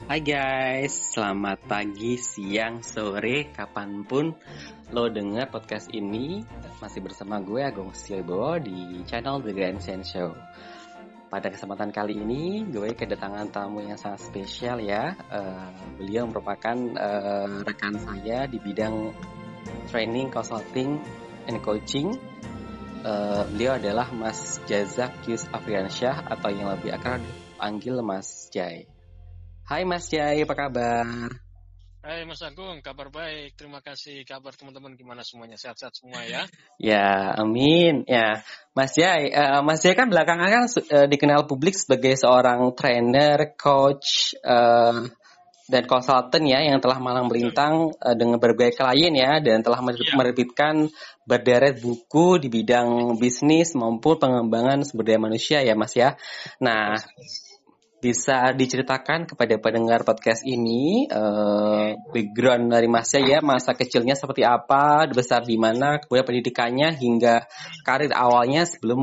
Hai guys, selamat pagi, siang, sore, kapanpun lo denger podcast ini. Masih bersama gue Agung Setiawibowo di channel The Grand Sense Show. Pada kesempatan kali ini gue kedatangan tamu yang sangat spesial ya. Beliau merupakan rekan saya di bidang training, consulting, and coaching. Beliau adalah Mas Jazak Yus Afriansyah atau yang lebih akrab dipanggil Mas Jai. Hai Mas Jai, apa kabar? Hai Mas Agung, kabar baik. Terima kasih. Kabar teman-teman gimana semuanya? Sehat-sehat semua ya? Ya, amin. Ya, Mas Jai kan belakangan kan dikenal publik sebagai seorang trainer, coach, dan konsultan ya yang telah malang melintang dengan berbagai klien ya dan telah menerbitkan berderet buku di bidang bisnis maupun pengembangan sumber daya manusia ya Mas ya. Nah, bisa diceritakan kepada pendengar podcast ini background dari Masnya ya, masa kecilnya seperti apa, besar di mana, kemudian pendidikannya hingga karir awalnya sebelum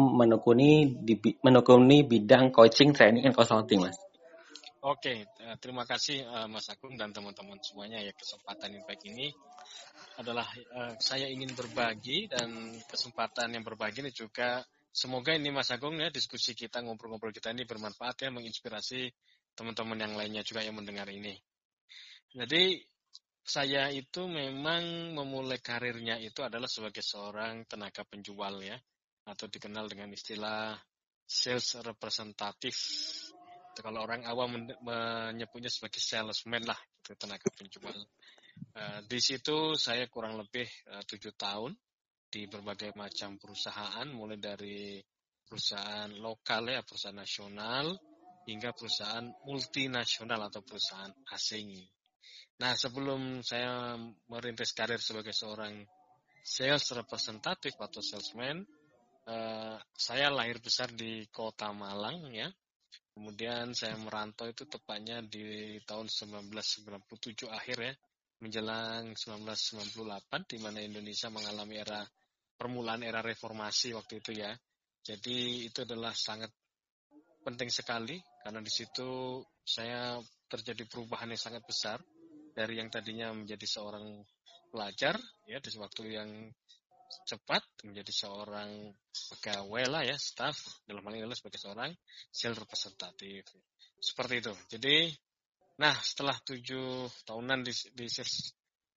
menekuni bidang coaching, training, and consulting, Mas. Oke, terima kasih Mas Agung dan teman-teman semuanya ya. Kesempatan yang baik ini adalah saya ingin berbagi, dan kesempatan yang berbagi ini juga semoga ini Mas Agung ya, diskusi kita, ngobrol-ngobrol kita ini bermanfaat ya, menginspirasi teman-teman yang lainnya juga yang mendengar ini. Jadi saya itu memang memulai karirnya itu adalah sebagai seorang tenaga penjual ya, atau dikenal dengan istilah sales representatif. Kalau orang awam menyebutnya sebagai salesman lah, itu tenaga penjual. Di situ saya kurang lebih 7 tahun di berbagai macam perusahaan, mulai dari perusahaan lokal ya, perusahaan nasional, hingga perusahaan multinasional atau perusahaan asing. Nah, sebelum saya merintis karir sebagai seorang sales representatif atau salesman, saya lahir besar di kota Malang ya. Kemudian saya merantau itu tepatnya di tahun 1997 akhir ya, menjelang 1998, di mana Indonesia mengalami permulaan era reformasi waktu itu ya. Jadi itu adalah sangat penting sekali, karena di situ saya terjadi perubahan yang sangat besar dari yang tadinya menjadi seorang pelajar ya, di waktu yang cepat menjadi seorang pegawai lah ya, staff, dalam hal ini adalah sebagai seorang sales representatif. Seperti itu. Jadi, nah setelah 7 tahunan di sales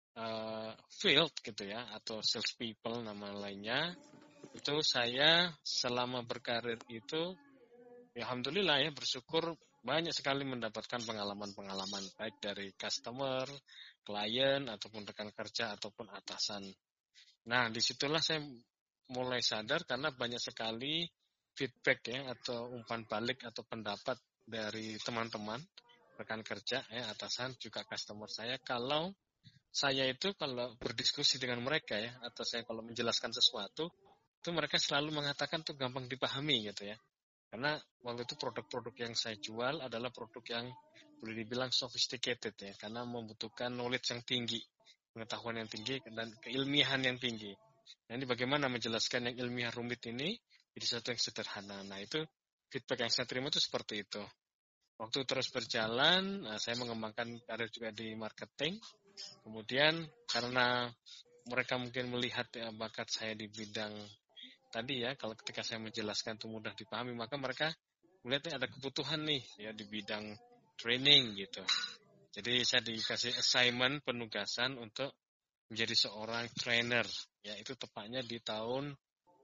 field gitu ya, atau sales people nama lainnya, itu saya selama berkarir itu ya, alhamdulillah ya, bersyukur banyak sekali mendapatkan pengalaman-pengalaman baik dari customer, klien, ataupun rekan kerja, ataupun atasan. Nah, disitulah saya mulai sadar, karena banyak sekali feedback ya, atau umpan balik atau pendapat dari teman-teman, rekan kerja ya, atasan, juga customer saya, kalau saya itu kalau berdiskusi dengan mereka ya, atau saya kalau menjelaskan sesuatu, itu mereka selalu mengatakan tuh gampang dipahami gitu ya. Karena waktu itu produk-produk yang saya jual adalah produk yang boleh dibilang sophisticated ya, karena membutuhkan knowledge yang tinggi, pengetahuan yang tinggi, dan keilmiahan yang tinggi. Nah, ini bagaimana menjelaskan yang ilmiah rumit ini jadi sesuatu yang sederhana. Nah, itu feedback yang saya terima itu seperti itu. Waktu terus berjalan, saya mengembangkan karir juga di marketing. Kemudian karena mereka mungkin melihat ya, bakat saya di bidang tadi ya, kalau ketika saya menjelaskan itu mudah dipahami, maka mereka melihat ada kebutuhan nih ya di bidang training gitu. Jadi saya dikasih assignment, penugasan untuk menjadi seorang trainer ya, itu tepatnya di tahun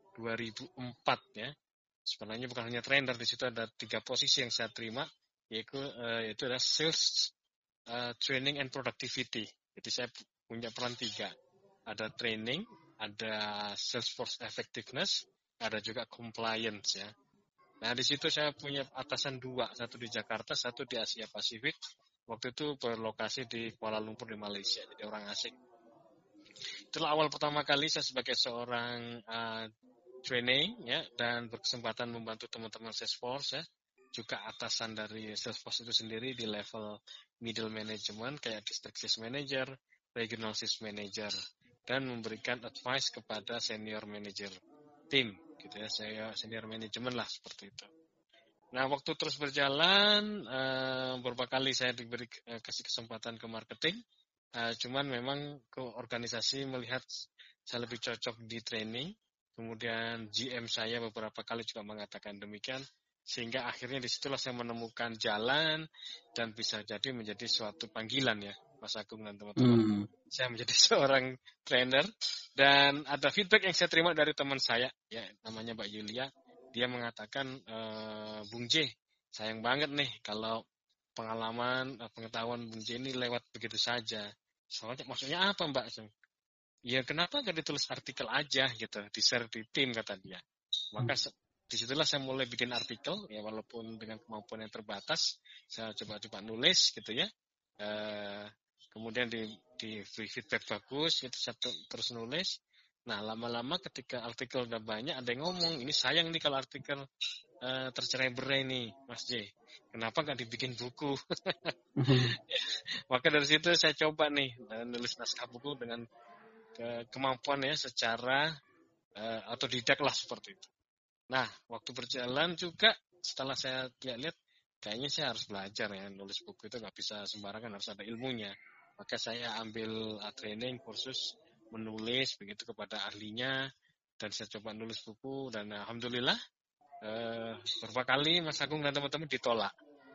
2004 ya. Sebenarnya bukan hanya trainer, di situ ada 3 posisi yang saya terima, yaitu adalah sales, training and productivity. Jadi saya punya peran 3. Ada training, ada sales force effectiveness, ada juga compliance ya. Nah, di situ saya punya atasan 2, satu di Jakarta, satu di Asia Pasifik. Waktu itu berlokasi di Kuala Lumpur di Malaysia, jadi orang asing. Itulah awal pertama kali saya sebagai seorang training ya, dan berkesempatan membantu teman-teman Salesforce ya, juga atasan dari Salesforce itu sendiri di level middle management kayak district sales manager, regional sales manager, dan memberikan advice kepada senior manager tim gitu ya, saya senior manajemen lah seperti itu. Nah, waktu terus berjalan, beberapa kali saya diberi kasih kesempatan ke marketing. Cuman memang ke organisasi melihat saya lebih cocok di training. Kemudian GM saya beberapa kali juga mengatakan demikian. Sehingga akhirnya disitulah saya menemukan jalan dan bisa jadi menjadi suatu panggilan ya, Mas Agung dan teman-teman. Saya menjadi seorang trainer dan ada feedback yang saya terima dari teman saya, ya namanya Mbak Yulia. Dia mengatakan, Bung J, sayang banget nih kalau pengalaman, pengetahuan Bung J ini lewat begitu saja. Soalnya maksudnya apa Mbak? Ya kenapa nggak ditulis artikel aja gitu, di-share di tim kata dia. Maka disitulah saya mulai bikin artikel, ya walaupun dengan kemampuan yang terbatas, saya coba-coba nulis gitu ya. Kemudian di feedback bagus, gitu saya terus nulis. Nah lama-lama ketika artikel udah banyak, ada yang ngomong, ini sayang nih kalau artikel tercerai-berai nih, Mas J. Kenapa nggak dibikin buku? Maka dari situ saya coba nih nulis naskah buku dengan kemampuan ya secara otodidak lah seperti itu. Nah, waktu berjalan juga setelah saya lihat kayaknya saya harus belajar ya nulis buku itu nggak bisa sembarangan, harus ada ilmunya. Maka saya ambil training kursus menulis begitu kepada ahlinya dan saya coba nulis buku dan alhamdulillah beberapa kali Mas Agung dan teman-teman ditolak.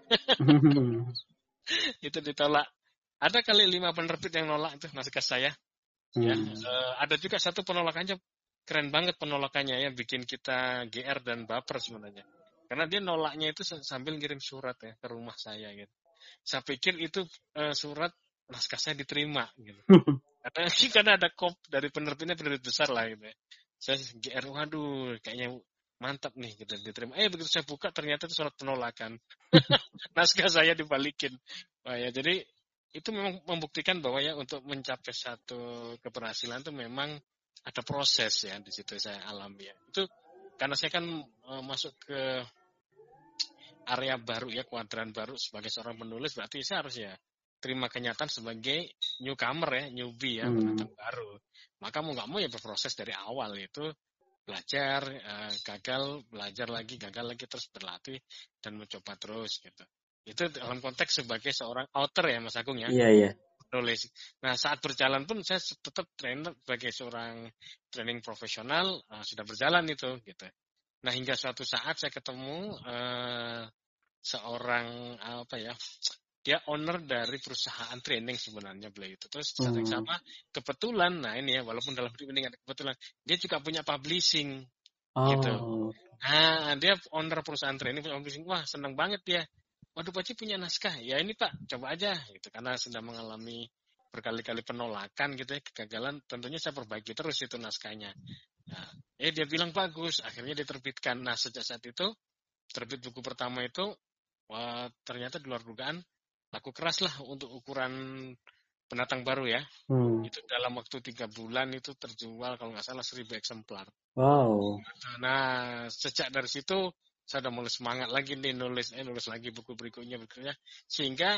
Itu ditolak. Ada kali 5 penerbit yang nolak itu naskah saya. Ya, ada juga satu penolakannya keren banget penolakannya ya, bikin kita GR dan baper sebenarnya. Karena dia nolaknya itu sambil ngirim surat ya ke rumah saya gitu. Saya pikir itu surat naskah saya diterima gitu. Karena ada kop dari penerbitnya, penerbit besar lah gitu ya. Saya GR, waduh kayaknya mantap nih gitu diterima. Begitu saya buka ternyata itu surat penolakan. Naskah saya dibalikin. Wah, ya, jadi itu memang membuktikan bahwa ya untuk mencapai satu keberhasilan itu memang ada proses ya di situ saya alami ya. Itu karena saya kan masuk ke area baru ya, kuadran baru sebagai seorang penulis, berarti saya harus ya terima kenyataan sebagai newcomer ya, newbie ya, pendatang baru. Maka mau nggak mau ya berproses dari awal itu belajar, gagal, belajar lagi, gagal lagi, terus berlatih dan mencoba terus gitu. Itu dalam konteks sebagai seorang author ya Mas Agung ya. Iya, iya. Nulis. Nah saat berjalan pun saya tetap trainer sebagai seorang training profesional, sudah berjalan itu gitu. Nah hingga suatu saat saya ketemu seorang apa ya, dia owner dari perusahaan training sebenarnya beliau itu. Terus saat yang sama kebetulan, nah ini ya walaupun dalam hidup ini ada kebetulan, dia juga punya publishing gitu. Nah dia owner perusahaan training, punya publishing, wah senang banget dia. Waduh Pak Ci punya naskah, ya ini Pak coba aja gitu. Karena sedang mengalami berkali-kali penolakan gitu ya, kegagalan, tentunya saya perbaiki terus itu naskahnya. Nah, dia bilang bagus, akhirnya diterbitkan. Nah sejak saat itu terbit buku pertama itu, wah, ternyata di luar dugaan laku keras lah untuk ukuran pendatang baru ya. Itu dalam waktu 3 bulan itu terjual kalau nggak salah 1000 eksemplar. Wow. Nah sejak dari situ saya udah mulai semangat lagi nih nulis lagi buku berikutnya sehingga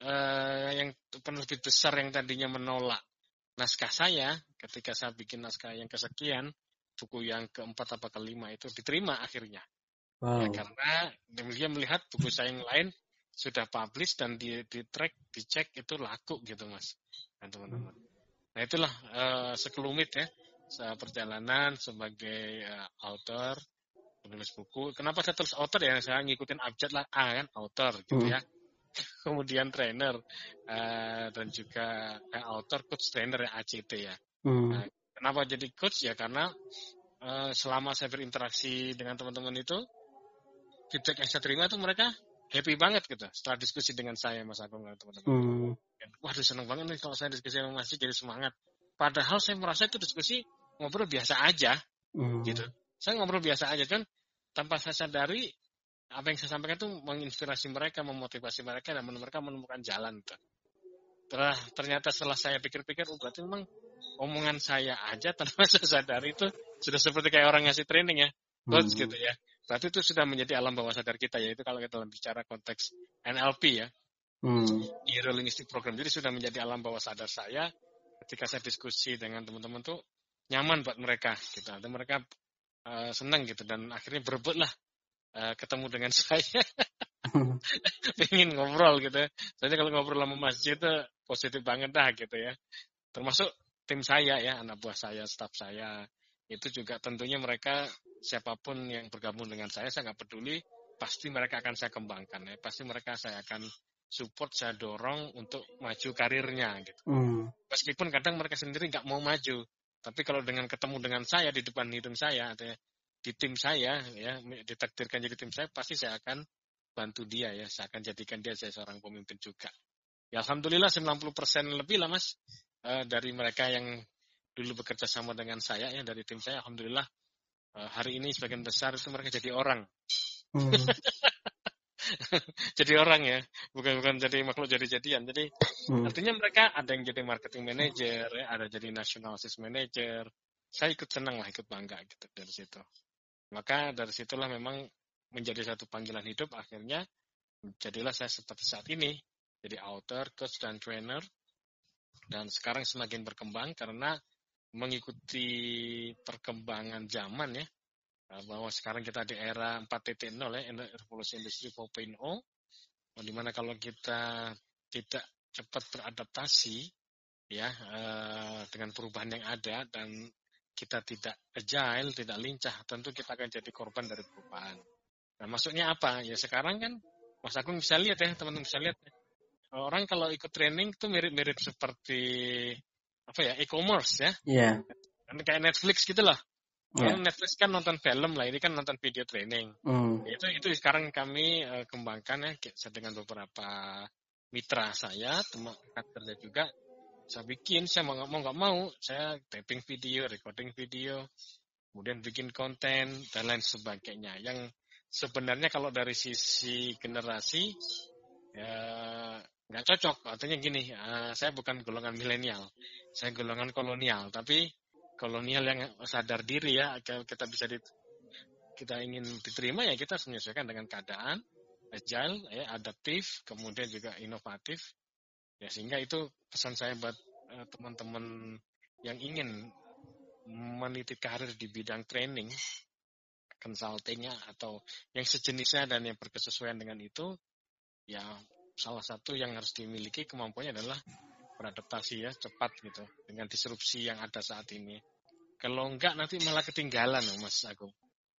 yang penerbit besar yang tadinya menolak naskah saya ketika saya bikin naskah yang kesekian, buku yang keempat apa kelima itu diterima akhirnya. Wow. Ya karena dia melihat buku saya yang lain sudah publish dan di track, dicek itu laku gitu Mas dan teman-teman. Nah itulah sekelumit ya perjalanan sebagai author, penulis buku. Kenapa saya tulis author ya? Saya ngikutin abjad lah, kan author gitu ya. Kemudian trainer dan juga author, coach, trainer ya, ACT ya. Nah, kenapa jadi coach ya? Karena selama saya berinteraksi dengan teman-teman itu, feedback yang saya terima itu mereka happy banget gitu setelah diskusi dengan saya Mas Agung dan teman-teman. Waduh seneng banget nih kalau saya diskusi sama Mas jadi semangat. Padahal saya merasa itu diskusi ngobrol biasa aja gitu. Saya ngobrol biasa aja kan tanpa saya sadari apa yang saya sampaikan itu menginspirasi mereka, memotivasi mereka dan mereka menemukan jalan gitu. Ternyata setelah saya pikir-pikir, berarti memang omongan saya aja tanpa saya sadari itu sudah seperti kayak orang ngasih training ya, coach gitu ya. Berarti itu sudah menjadi alam bawah sadar kita, yaitu kalau kita dalam bicara konteks NLP ya, Neuro Linguistic Program. Jadi sudah menjadi alam bawah sadar saya ketika saya diskusi dengan teman-teman tuh nyaman buat mereka gitu. Dan mereka senang gitu dan akhirnya berebut lah ketemu dengan saya, pengen ngobrol gitu. Soalnya kalau ngobrol sama Mas J itu positif banget dah gitu ya. Termasuk tim saya ya, anak buah saya, staf saya, itu juga tentunya mereka siapapun yang bergabung dengan saya nggak peduli, pasti mereka akan saya kembangkan ya, pasti mereka saya akan support, saya dorong untuk maju karirnya gitu. Meskipun kadang mereka sendiri nggak mau maju, tapi kalau dengan ketemu dengan saya di depan hidung saya, di tim saya ya, ditakdirkan jadi tim saya, pasti saya akan bantu dia ya, saya akan jadikan dia seorang pemimpin juga. Ya alhamdulillah 90% lebih lah Mas, dari mereka yang dulu bekerja sama dengan saya ya, dari tim saya, alhamdulillah hari ini sebagian besar itu mereka jadi orang. Jadi orang ya, bukan jadi makhluk jadi-jadian. Jadi artinya mereka ada yang jadi marketing manager, ya, ada jadi national sales manager. Saya ikut senang lah, ikut bangga gitu dari situ. Maka dari situlah memang menjadi satu panggilan hidup, akhirnya jadilah saya seperti saat ini, jadi author, coach, dan trainer. Dan sekarang semakin berkembang karena mengikuti perkembangan zaman ya, bahwa sekarang kita di era 4.0 ya, revolusi industri 4.0, di mana kalau kita tidak cepat beradaptasi ya dengan perubahan yang ada dan kita tidak agile, tidak lincah, tentu kita akan jadi korban dari perubahan. Nah, maksudnya apa? Ya sekarang kan Mas Agung bisa lihat ya, teman-teman bisa lihat. Orang kalau ikut training itu mirip-mirip seperti apa ya, e-commerce ya. Iya. Yeah. Kayak Netflix gitu lah. Orang Netflix kan nonton film lah, ini kan nonton video training. Itu sekarang kami kembangkan ya dengan beberapa mitra saya, teman kerja juga. Saya bikin, saya mau nggak mau, saya taping video, recording video, kemudian bikin konten dan lain sebagainya. Yang sebenarnya kalau dari sisi generasi ya nggak cocok. Artinya gini, saya bukan golongan milenial, saya golongan kolonial. Tapi kolonial yang sadar diri ya, kita bisa kita ingin diterima ya kita harus menyesuaikan dengan keadaan, agile, ya, adaptif, kemudian juga inovatif. Ya sehingga itu pesan saya buat teman-teman yang ingin meniti karir di bidang training, consultingnya atau yang sejenisnya dan yang berkesesuaian dengan itu, ya salah satu yang harus dimiliki kemampuannya adalah beradaptasi ya cepat gitu dengan disrupsi yang ada saat ini. Kalau enggak nanti malah ketinggalan Mas Agung.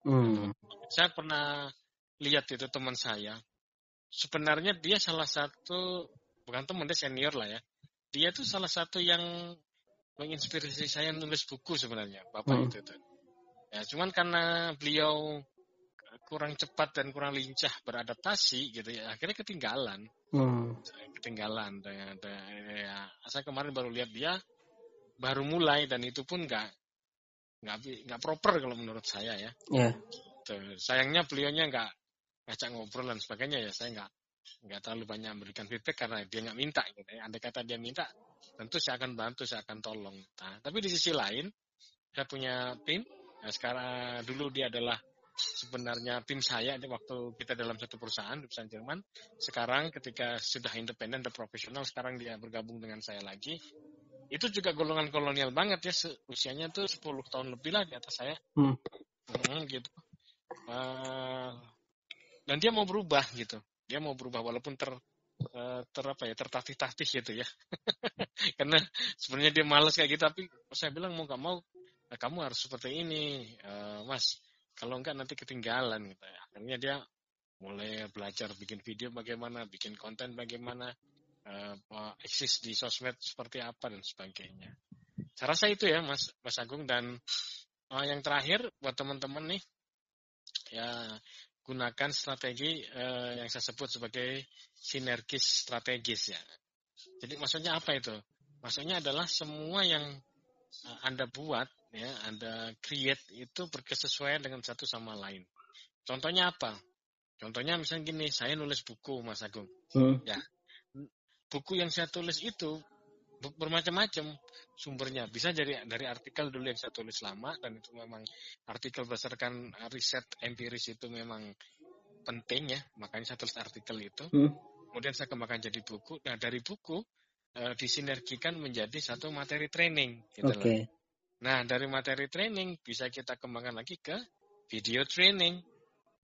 Saya pernah lihat itu teman saya. Sebenarnya dia salah satu, bukan teman, dia senior lah ya. Dia tuh salah satu yang menginspirasi saya nulis buku sebenarnya, Bapak itu. Ya, cuman karena beliau kurang cepat dan kurang lincah beradaptasi gitu ya, akhirnya ketinggalan. Ketinggalan. Ya, saya kemarin baru lihat dia baru mulai dan itu pun nggak proper kalau menurut saya ya. Sayangnya beliaunya nggak ngajak ngobrol dan sebagainya ya, saya nggak terlalu banyak memberikan feedback karena dia nggak minta gitu ya. Andai kata dia minta, tentu saya akan bantu, saya akan tolong. Nah, tapi di sisi lain saya punya tim. Nah, sekarang dulu dia adalah sebenarnya tim saya waktu kita dalam satu perusahaan Jerman. Sekarang ketika sudah independen dan profesional, sekarang dia bergabung dengan saya lagi. Itu juga golongan kolonial banget ya, usianya tuh 10 tahun lebih lah di atas saya. Gitu. Dan dia mau berubah gitu. Dia mau berubah walaupun tertatih-tatih gitu ya. Karena sebenarnya dia malas kayak gitu, tapi saya bilang mau nggak mau kamu harus seperti ini, Mas. Kalau enggak nanti ketinggalan gitu ya. Akhirnya dia mulai belajar bikin video bagaimana, bikin konten bagaimana, eksis di sosmed seperti apa dan sebagainya. Saya rasa itu ya Mas Agung. Dan yang terakhir buat teman-teman nih, ya gunakan strategi yang saya sebut sebagai sinergis strategis ya. Jadi maksudnya apa itu? Maksudnya adalah semua yang Anda buat ya, Anda create itu berkesesuaian dengan satu sama lain. Contohnya apa? Contohnya misalnya gini, saya nulis buku Mas Agung. Ya. Buku yang saya tulis itu bermacam-macam sumbernya. Bisa dari artikel dulu yang saya tulis lama, dan itu memang artikel berdasarkan riset empiris itu memang penting ya, makanya saya tulis artikel itu. Kemudian saya kembangkan jadi buku. Nah, dari buku disinergikan menjadi satu materi training gitu loh. Nah, dari materi training bisa kita kembangkan lagi ke video training.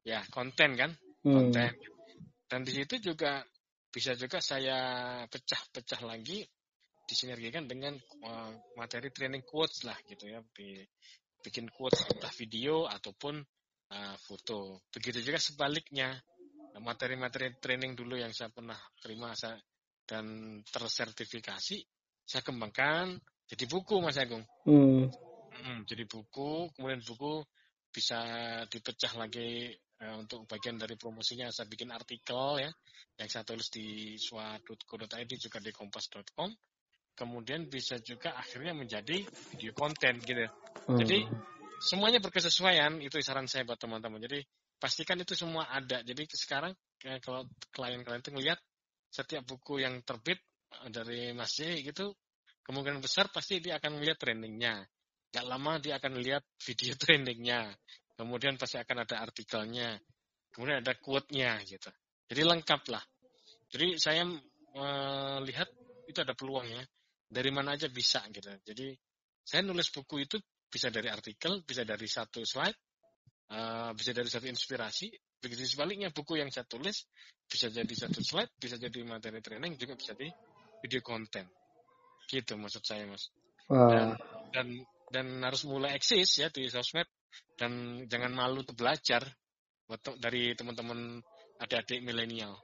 ya konten kan, konten. Dan di situ juga bisa juga saya pecah-pecah lagi, disinergikan dengan materi training quotes lah gitu ya, bikin quotes entah video ataupun foto. Begitu juga sebaliknya, materi-materi training dulu yang saya pernah terima dan tersertifikasi, saya kembangkan jadi buku, Mas Agung. Jadi buku, kemudian buku bisa dipecah lagi untuk bagian dari promosinya. Saya bikin artikel ya, yang saya tulis di swa.co.id, juga di kompas.com. Kemudian bisa juga akhirnya menjadi video konten gitu. Jadi semuanya berkesesuaian, itu saran saya buat teman-teman. Jadi pastikan itu semua ada. Jadi sekarang kalau klien-klien itu ngelihat setiap buku yang terbit dari Mas J gitu, kemungkinan besar pasti dia akan melihat trainingnya. Gak lama dia akan lihat video trainingnya. Kemudian pasti akan ada artikelnya. Kemudian ada quote-nya gitu. Jadi lengkap lah. Jadi saya melihat itu ada peluangnya. Dari mana aja bisa gitu. Jadi saya nulis buku itu bisa dari artikel, bisa dari satu slide, bisa dari satu inspirasi. Begitu sebaliknya, buku yang saya tulis bisa jadi satu slide, bisa jadi materi training, juga bisa jadi video konten. Gitu maksud saya, Mas. Dan harus mulai eksis ya di sosmed, dan jangan malu untuk belajar dari teman-teman adik-adik milenial.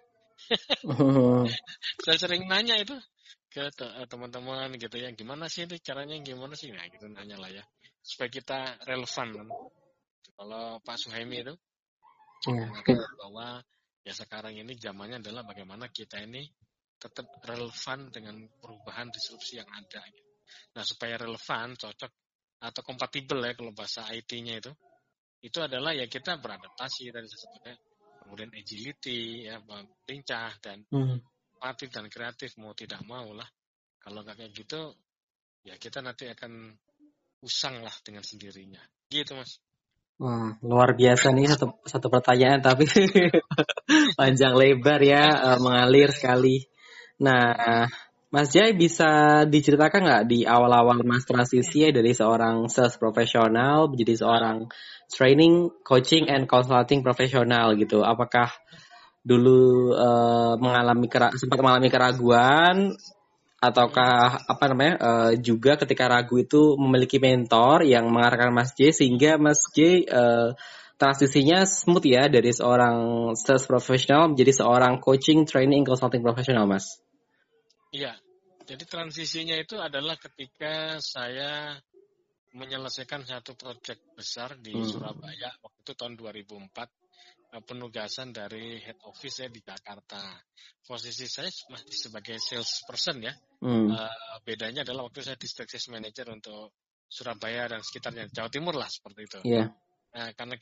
Saya sering nanya itu ke teman-teman gitu ya, gimana sih ini caranya, gimana sih, nah gitu nanya lah ya, supaya kita relevan. Kalau Pak Suhaimi itu mengatakan bahwa ya sekarang ini zamannya adalah bagaimana kita ini tetap relevan dengan perubahan disrupsi yang ada gitu. Nah, supaya relevan, cocok atau kompatibel ya kalau bahasa IT-nya itu adalah ya kita beradaptasi tadi sebetulnya, kemudian agility ya, lincah dan inovatif dan kreatif, mau tidak mau lah. Kalau nggak kayak gitu ya kita nanti akan usang lah dengan sendirinya gitu, Mas. Wah, luar biasa nih, satu pertanyaan tapi panjang lebar ya, mengalir sekali. Nah, Mas Jai bisa diceritakan nggak di awal-awal Mas transisi dari seorang sales profesional menjadi seorang training, coaching, and consulting profesional gitu? Apakah dulu sempat mengalami keraguan, ataukah juga ketika ragu itu memiliki mentor yang mengarahkan Mas J sehingga Mas J transisinya smooth ya dari seorang sales profesional menjadi seorang coaching, training, consulting profesional, Mas? Iya, jadi transisinya itu adalah ketika saya menyelesaikan satu proyek besar di Surabaya waktu itu tahun 2004, penugasan dari head office di Jakarta. Posisi saya masih sebagai salesperson ya. Bedanya adalah waktu saya district sales manager untuk Surabaya dan sekitarnya, Jawa Timur lah seperti itu. Yeah. Nah, karena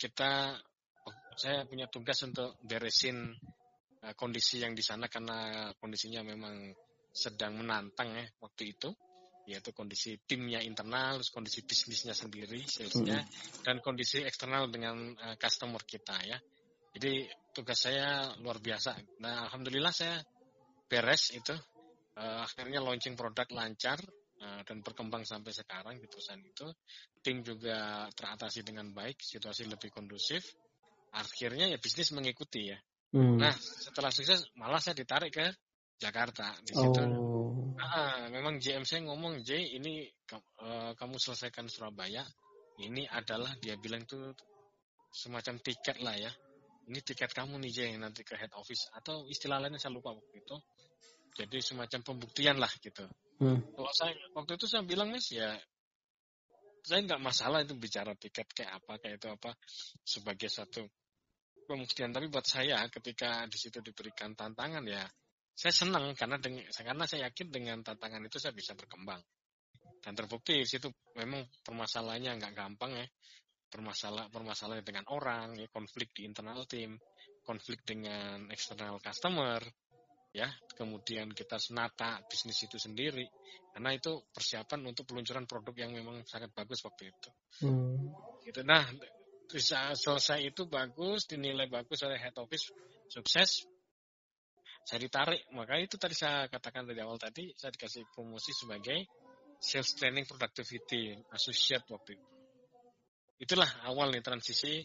saya punya tugas untuk beresin kondisi yang di sana, karena kondisinya memang sedang menantang ya waktu itu, yaitu kondisi timnya internal, kondisi bisnisnya sendiri, salesnya, dan kondisi eksternal dengan customer kita ya. Jadi tugas saya luar biasa. Nah, alhamdulillah saya beres itu, akhirnya launching produk lancar dan berkembang sampai sekarang di perusahaan itu. Tim juga teratasi dengan baik, situasi lebih kondusif. Akhirnya ya bisnis mengikuti ya. Nah, setelah sukses malah saya ditarik ke Jakarta. Di situ memang GM saya ngomong, J, ini kamu selesaikan Surabaya, ini adalah, dia bilang tuh semacam tiket lah ya. Ini tiket kamu nih, J, nanti ke head office, atau istilah lainnya saya lupa waktu itu. Jadi semacam pembuktian lah gitu. Kalau waktu itu saya bilang, Mas, ya saya nggak masalah itu bicara tiket kayak itu apa sebagai satu pembuktian. Tapi buat saya ketika di situ diberikan tantangan ya saya senang, karena saya yakin dengan tantangan itu saya bisa berkembang. Dan terbukti di situ memang permasalahannya nggak gampang ya. Permasalahan dengan orang, ya, konflik di internal tim, konflik dengan eksternal customer, ya, kemudian kita senata bisnis itu sendiri, karena itu persiapan untuk peluncuran produk yang memang sangat bagus waktu itu. Gitu. Nah, bisa selesai itu bagus, dinilai bagus oleh head office, sukses. Saya ditarik, makanya itu tadi saya katakan dari awal tadi, saya dikasih promosi sebagai Sales Training Productivity Associate waktu itu. Itulah awal nih transisi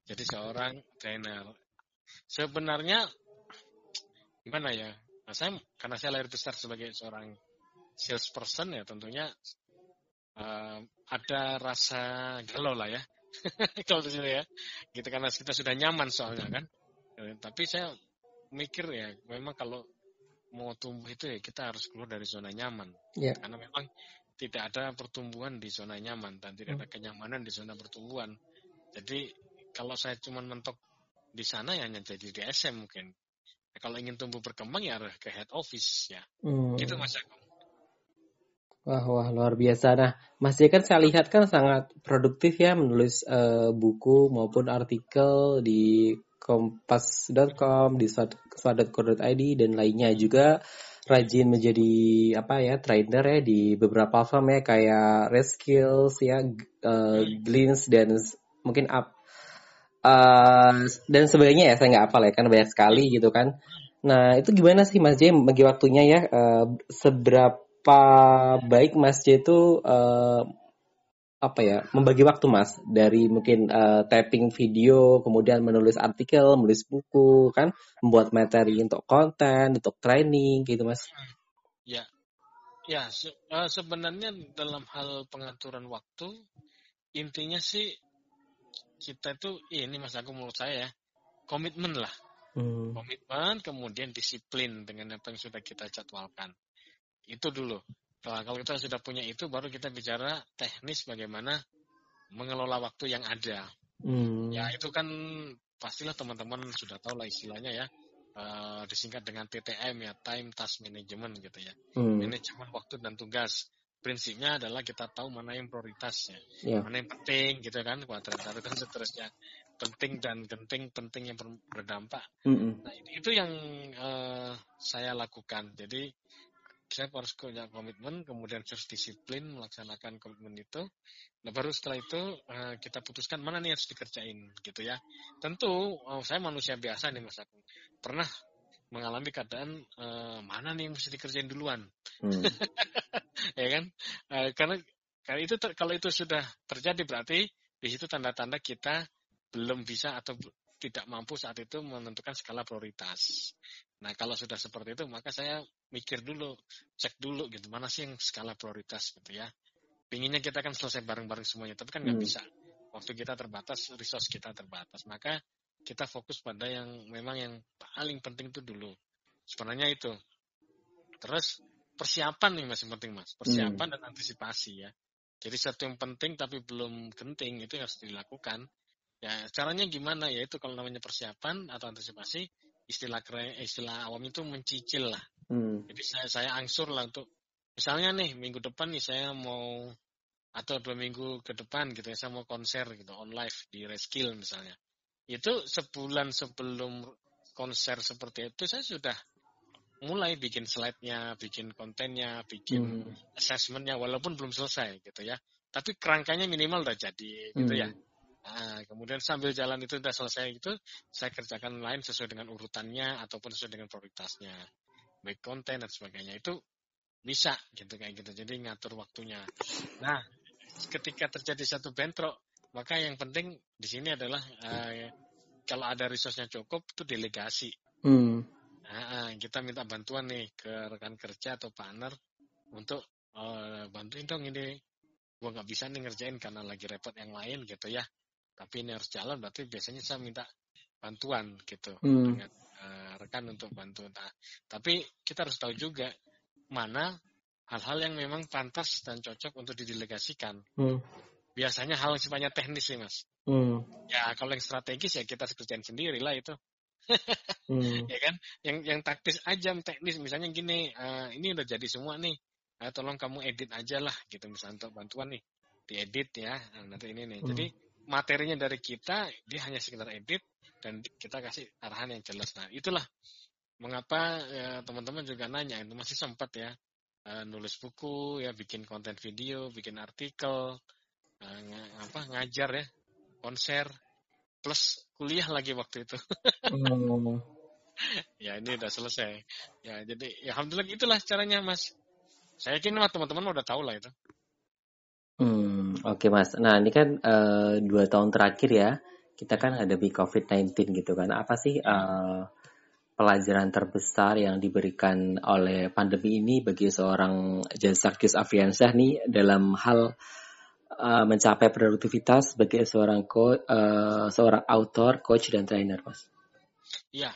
jadi seorang trainer. Sebenarnya gimana ya? Nah, karena saya lahir besar sebagai seorang salesperson ya tentunya eh, ada rasa galau lah ya. Kalau di sini ya. Gitu karena kita sudah nyaman soalnya kan. Tapi saya mikir ya memang kalau mau tumbuh itu ya kita harus keluar dari zona nyaman. Ya. Karena memang tidak ada pertumbuhan di zona nyaman dan tidak ada kenyamanan di zona pertumbuhan. Jadi kalau saya cuma mentok di sana ya hanya jadi DSM mungkin. Nah, kalau ingin tumbuh berkembang ya harus ke head office ya. Gitu Mas Agung. Wah, luar biasa. Nah, Mas J kan saya lihat kan sangat produktif ya menulis buku maupun artikel di kompas.com, di swa.co.id dan lainnya juga rajin menjadi trainer ya di beberapa platform ya kayak Reskills ya, Glints dan mungkin dan sebagainya ya, saya nggak hafal ya kan banyak sekali gitu kan. Nah, itu gimana sih Mas J bagi waktunya ya? Seberapa baik Mas J itu membagi waktu Mas dari mungkin typing video, kemudian menulis artikel, menulis buku kan, membuat materi untuk konten, untuk training gitu Mas. Ya, sebenarnya dalam hal pengaturan waktu intinya sih kita itu ini Mas Agung menurut saya ya komitmen lah. Komitmen kemudian disiplin dengan apa yang sudah kita jadwalkan. Itu dulu. Kalau kita sudah punya itu baru kita bicara teknis bagaimana mengelola waktu yang ada. Ya itu kan pastilah teman-teman sudah tahu lah istilahnya ya. Disingkat dengan TTM ya, Time Task Management gitu ya. Manajemen waktu dan tugas. Prinsipnya adalah kita tahu mana yang prioritasnya, mana yang penting gitu kan, kuadrat dan seterusnya. Penting dan genting, penting yang berdampak. Nah itu yang saya lakukan. Jadi saya harus punya komitmen, kemudian harus disiplin melaksanakan komitmen itu. Nah baru setelah itu kita putuskan mana nih harus dikerjain gitu ya. Tentu saya manusia biasa nih Mas Agung. Pernah mengalami keadaan mana nih yang mesti dikerjain duluan. Ya kan? Karena itu kalau itu sudah terjadi berarti di situ tanda-tanda kita belum bisa atau tidak mampu saat itu menentukan skala prioritas. Nah kalau sudah seperti itu maka saya mikir dulu, cek dulu gitu mana sih yang skala prioritas gitu ya. Pinginnya kita kan selesai bareng-bareng semuanya, tapi kan nggak bisa. Waktu kita terbatas, resource kita terbatas. Maka kita fokus pada yang memang yang paling penting itu dulu. Sebenarnya itu. Terus persiapan nih masih penting Mas. Persiapan dan antisipasi ya. Jadi satu yang penting tapi belum genting itu harus dilakukan. Ya caranya gimana? Ya itu kalau namanya persiapan atau antisipasi, istilah awam itu mencicil lah. Jadi saya angsur lah untuk misalnya nih minggu depan nih saya mau atau 2 minggu ke depan gitu ya saya mau konser gitu on live di Reskill misalnya. Itu sebulan sebelum konser seperti itu saya sudah mulai bikin slide-nya, bikin kontennya, bikin assessment-nya walaupun belum selesai gitu ya. Tapi kerangkanya minimal udah jadi gitu ya. Nah, kemudian sambil jalan itu udah selesai itu, saya kerjakan lain sesuai dengan urutannya ataupun sesuai dengan prioritasnya. Baik konten dan sebagainya. Itu bisa gitu kayak gitu. Jadi ngatur waktunya. Nah, ketika terjadi satu bentrok, maka yang penting di sini adalah kalau ada resource-nya cukup itu delegasi. Kita minta bantuan nih ke rekan kerja atau partner untuk bantuin dong ini gue nggak bisa nih ngerjain karena lagi repot yang lain gitu ya. Tapi ini harus jalan berarti biasanya saya minta bantuan gitu dengan rekan untuk bantu. Nah, tapi kita harus tahu juga mana hal-hal yang memang pantas dan cocok untuk didelegasikan. Biasanya hal yang sifatnya teknis sih Mas. Ya kalau yang strategis ya kita kerjain sendiri lah itu. Ya kan? Yang taktis aja, teknis misalnya gini, ini udah jadi semua nih. Tolong kamu edit aja lah gitu misalnya untuk bantuan nih. Diedit ya. Nanti ini nih. Jadi materinya dari kita dia hanya sekedar edit dan kita kasih arahan yang jelas. Nah, itulah mengapa teman-teman juga nanya itu masih sempat ya nulis buku ya, bikin konten video, bikin artikel, ngajar ya, konser plus kuliah lagi waktu itu. Ya ini udah selesai. Ya jadi ya alhamdulillah itulah caranya Mas. Saya yakin teman-teman udah tahu lah itu. Oke Mas. Nah ini kan 2 tahun terakhir ya kita kan hadapi COVID-19 gitu kan. Apa sih pelajaran terbesar yang diberikan oleh pandemi ini bagi seorang Jazakis Afiansyah nih dalam hal mencapai produktivitas sebagai seorang author, coach dan trainer, Mas? Ya,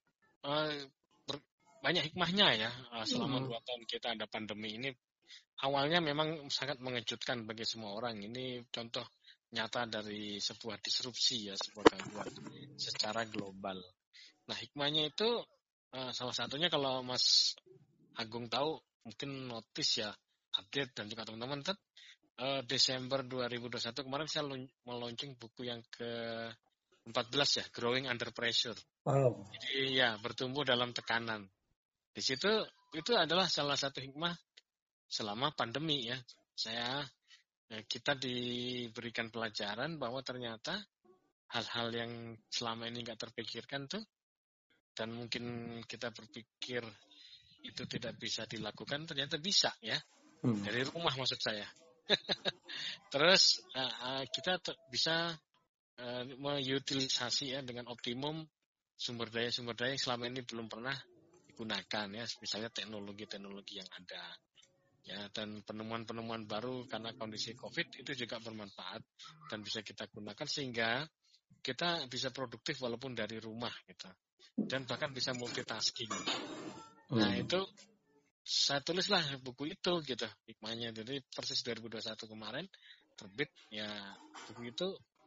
banyak hikmahnya ya selama 2 tahun kita ada pandemi ini. Awalnya memang sangat mengejutkan bagi semua orang. Ini contoh nyata dari sebuah disrupsi ya, sebuah gangguan secara global. Nah, hikmahnya itu salah satunya kalau Mas Agung tahu, mungkin notice ya, update dan juga teman-teman kan Desember 2021 kemarin saya meluncing buku yang ke-14 ya, Growing Under Pressure. Wow. Jadi ya, bertumbuh dalam tekanan. Di situ itu adalah salah satu hikmah selama pandemi ya. Kita diberikan pelajaran bahwa ternyata hal-hal yang selama ini nggak terpikirkan tuh, dan mungkin kita berpikir itu tidak bisa dilakukan, ternyata bisa ya. Dari rumah maksud saya. Terus kita bisa mengutilisasi ya dengan optimum sumber daya yang selama ini belum pernah digunakan ya, misalnya teknologi yang ada ya, dan penemuan baru karena kondisi COVID itu juga bermanfaat dan bisa kita gunakan sehingga kita bisa produktif walaupun dari rumah gitu, dan bahkan bisa multitasking. Nah itu saya tulislah buku itu gitu hikmahnya. Jadi persis 2021 kemarin terbit ya, buku itu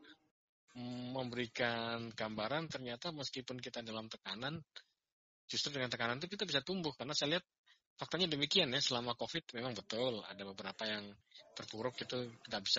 memberikan gambaran ternyata meskipun kita dalam tekanan, justru dengan tekanan itu kita bisa tumbuh. Karena saya lihat faktanya demikian ya, selama COVID memang betul ada beberapa yang terpuruk, itu tidak bisa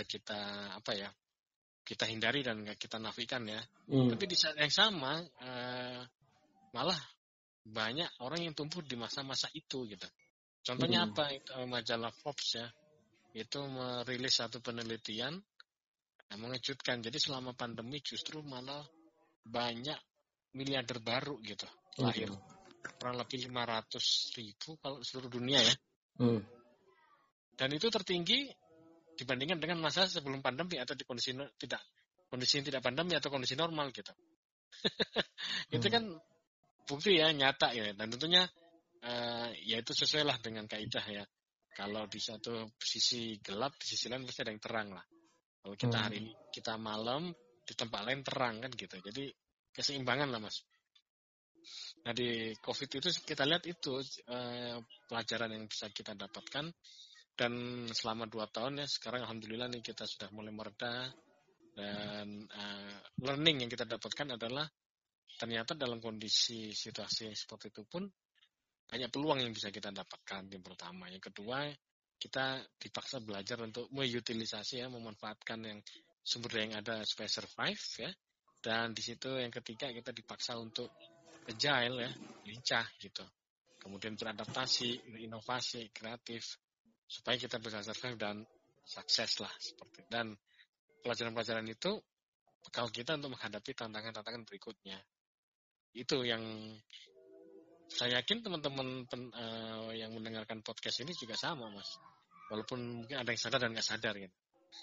kita hindari dan nggak kita nafikan ya. Tapi di saat yang sama malah banyak orang yang tumbuh di masa-masa itu gitu. Contohnya apa? Majalah Forbes ya, itu merilis satu penelitian yang mengejutkan. Jadi selama pandemi justru malah banyak miliarder baru gitu lahir. Kurang lebih 500.000 kalau seluruh dunia ya. Dan itu tertinggi dibandingkan dengan masa sebelum pandemi atau di kondisi yang tidak pandemi atau kondisi normal gitu. Itu kan bukti ya, nyata ya. Dan tentunya ya itu sesuai lah dengan kaidah ya. Kalau di satu sisi gelap, di sisi lain pasti ada yang terang lah. Kalau kita hari ini, kita malam, di tempat lain terang kan gitu. Jadi keseimbangan lah Mas. Nah di COVID itu kita lihat itu pelajaran yang bisa kita dapatkan. Dan selama 2 tahun ya, sekarang alhamdulillah nih kita sudah mulai mereda. Dan learning yang kita dapatkan adalah ternyata dalam kondisi situasi seperti itu pun banyak peluang yang bisa kita dapatkan. Yang pertama, yang kedua, kita dipaksa belajar untuk mengutilisasi ya, memanfaatkan yang sumber daya yang ada supaya survive ya. Dan di situ yang ketiga, kita dipaksa untuk agile ya, lincah gitu. Kemudian beradaptasi, inovasi, kreatif supaya kita bisa survive dan sukses lah seperti. Dan pelajaran-pelajaran itu bekal kita untuk menghadapi tantangan-tantangan berikutnya. Itu yang saya yakin teman-teman yang mendengarkan podcast ini juga sama Mas. Walaupun mungkin ada yang sadar dan nggak sadar gitu.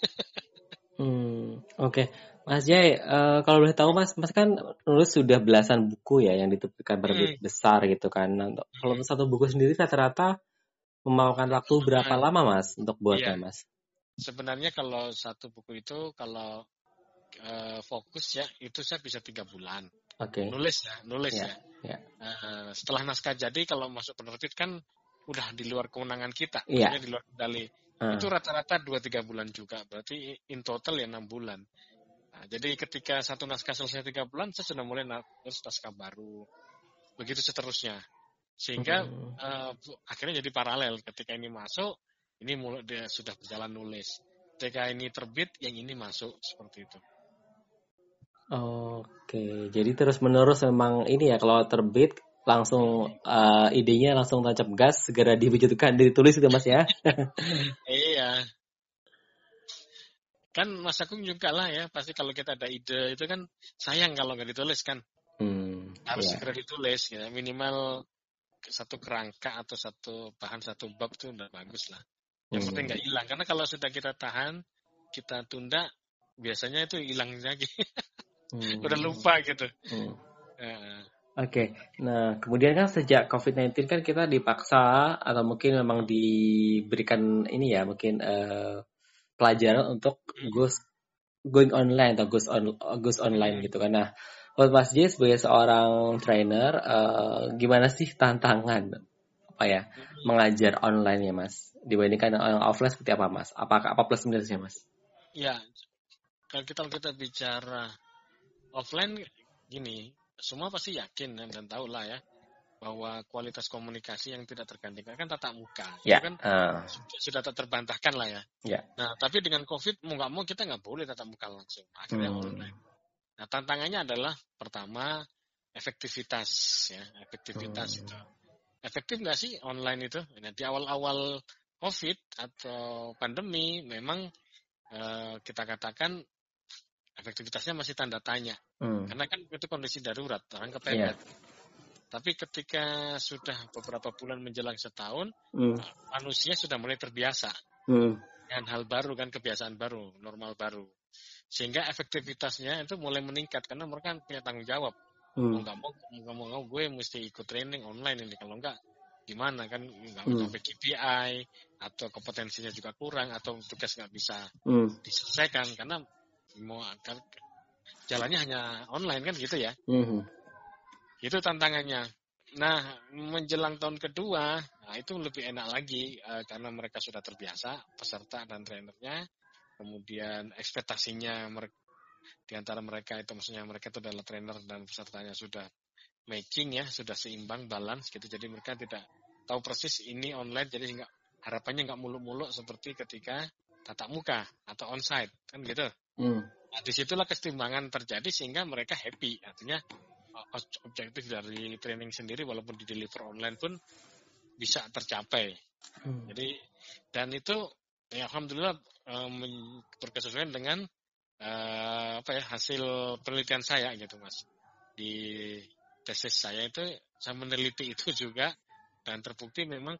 Oke. Mas Jai, kalau boleh tahu Mas kan nulis sudah belasan buku ya yang diterbitkan penerbit besar gitu kan. Nah, kalau satu buku sendiri rata-rata memakan waktu berapa lama Mas untuk buatnya Mas? Sebenarnya kalau satu buku itu kalau fokus ya itu saya bisa 3 bulan. Nulis ya. Setelah naskah jadi kalau masuk penerbit kan udah di luar kewenangan kita, maksudnya di luar kendali. Itu rata-rata 2-3 bulan juga, berarti in total ya 6 bulan. Nah, jadi ketika satu naskah selesai 3 bulan, saya sudah mulai nulis naskah baru. Begitu seterusnya. Sehingga akhirnya jadi paralel. Ketika ini masuk, ini mulai dia sudah berjalan nulis. Ketika ini terbit, yang ini masuk seperti itu. Oke, jadi terus-menerus memang ini ya, kalau terbit langsung idenya langsung tancap gas, segera diwujudkan, ditulis itu Mas ya. Iya. Kan Mas Agung juga lah ya, pasti kalau kita ada ide itu kan sayang kalau nggak ditulis kan. Harus segera ditulis ya, minimal satu kerangka atau satu bahan, satu bab itu udah bagus lah. Yang penting nggak hilang, karena kalau sudah kita tahan, kita tunda, biasanya itu hilang lagi. Udah lupa gitu. Oke. Nah, kemudian kan sejak COVID-19 kan kita dipaksa atau mungkin memang diberikan ini ya, mungkin pelajaran untuk going online atau goes online gitu kan. Nah, buat Mas J sebagai seorang trainer, gimana sih tantangan apa ya mengajar online ya Mas dibandingkan yang offline seperti apa Mas? Apa plus minusnya Mas? Ya, kalau kita bicara offline gini, semua pasti yakin dan tahu lah ya bahwa kualitas komunikasi yang tidak tergantikan kan tatap muka. Ya. Itu kan sudah tak terbantahkan lah ya. Nah, tapi dengan COVID mau nggak mau kita nggak boleh tatap muka langsung. Akhirnya online. Nah, tantangannya adalah pertama efektivitas ya, efektivitas itu. Efektif nggak sih online itu? Nah, di awal-awal COVID atau pandemi memang kita katakan efektivitasnya masih tanda tanya. Karena kan itu kondisi darurat, orang kepepet. Tapi ketika sudah beberapa bulan menjelang setahun, manusia sudah mulai terbiasa dengan hal baru kan, kebiasaan baru, normal baru. Sehingga efektivitasnya itu mulai meningkat karena mereka punya tanggung jawab. Mau nggak mau gue mesti ikut training online ini, kalau nggak gimana kan nggak sampai KPI atau kompetensinya juga kurang atau tugas nggak bisa diselesaikan karena mau jalannya hanya online kan gitu ya. Itu tantangannya. Nah, menjelang tahun kedua, nah itu lebih enak lagi karena mereka sudah terbiasa, peserta dan trainernya. Kemudian ekspektasinya di antara mereka itu, maksudnya mereka itu adalah trainer dan pesertanya sudah matching ya, sudah seimbang, balance gitu. Jadi mereka tidak tahu persis ini online, jadi harapannya nggak muluk-muluk seperti ketika tatap muka atau onsite kan gitu. Nah, disitulah kesetimbangan terjadi sehingga mereka happy, artinya objektif dari training sendiri walaupun di deliver online pun bisa tercapai. Jadi dan itu ya alhamdulillah berkesesuaian dengan hasil penelitian saya gitu Mas. Di tesis saya itu saya meneliti itu juga dan terbukti memang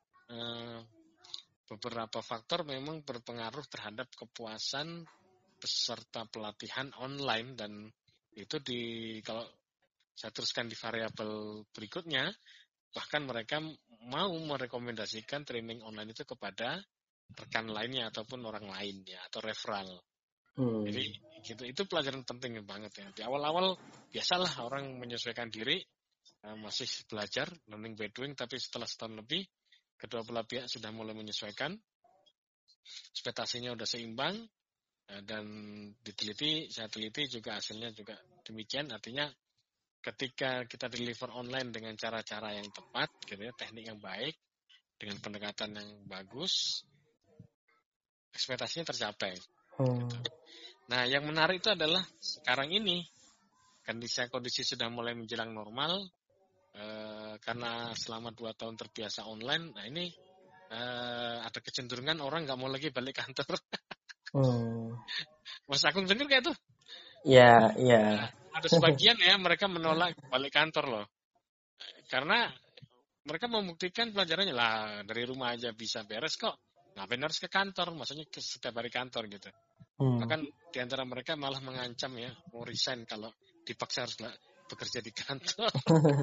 beberapa faktor memang berpengaruh terhadap kepuasan peserta pelatihan online dan itu kalau saya teruskan di variabel berikutnya, bahkan mereka mau merekomendasikan training online itu kepada rekan lainnya ataupun orang lainnya atau referral. Jadi gitu, itu pelajaran penting banget ya. Di awal-awal biasalah orang menyesuaikan diri, masih belajar learning by doing, tapi setelah setahun lebih kedua belah pihak sudah mulai menyesuaikan, ekspektasinya sudah seimbang dan saya teliti juga hasilnya juga demikian, artinya ketika kita deliver online dengan cara-cara yang tepat, gitu ya, teknik yang baik, dengan pendekatan yang bagus, ekspektasinya tercapai. Gitu. Nah, yang menarik itu adalah sekarang ini kondisi sudah mulai menjelang normal, karena selama 2 tahun terbiasa online. Nah ini ada kecenderungan orang nggak mau lagi balik kantor. Mas Agung dengar kayak tuh? Iya. Ada sebagian ya mereka menolak balik kantor loh. Karena mereka membuktikan pelajarannya lah dari rumah aja bisa beres kok. Ngapain harus ke kantor? Maksudnya setiap hari kantor gitu. Bahkan di antara mereka malah mengancam ya mau resign kalau dipaksa harus bekerja di kantor.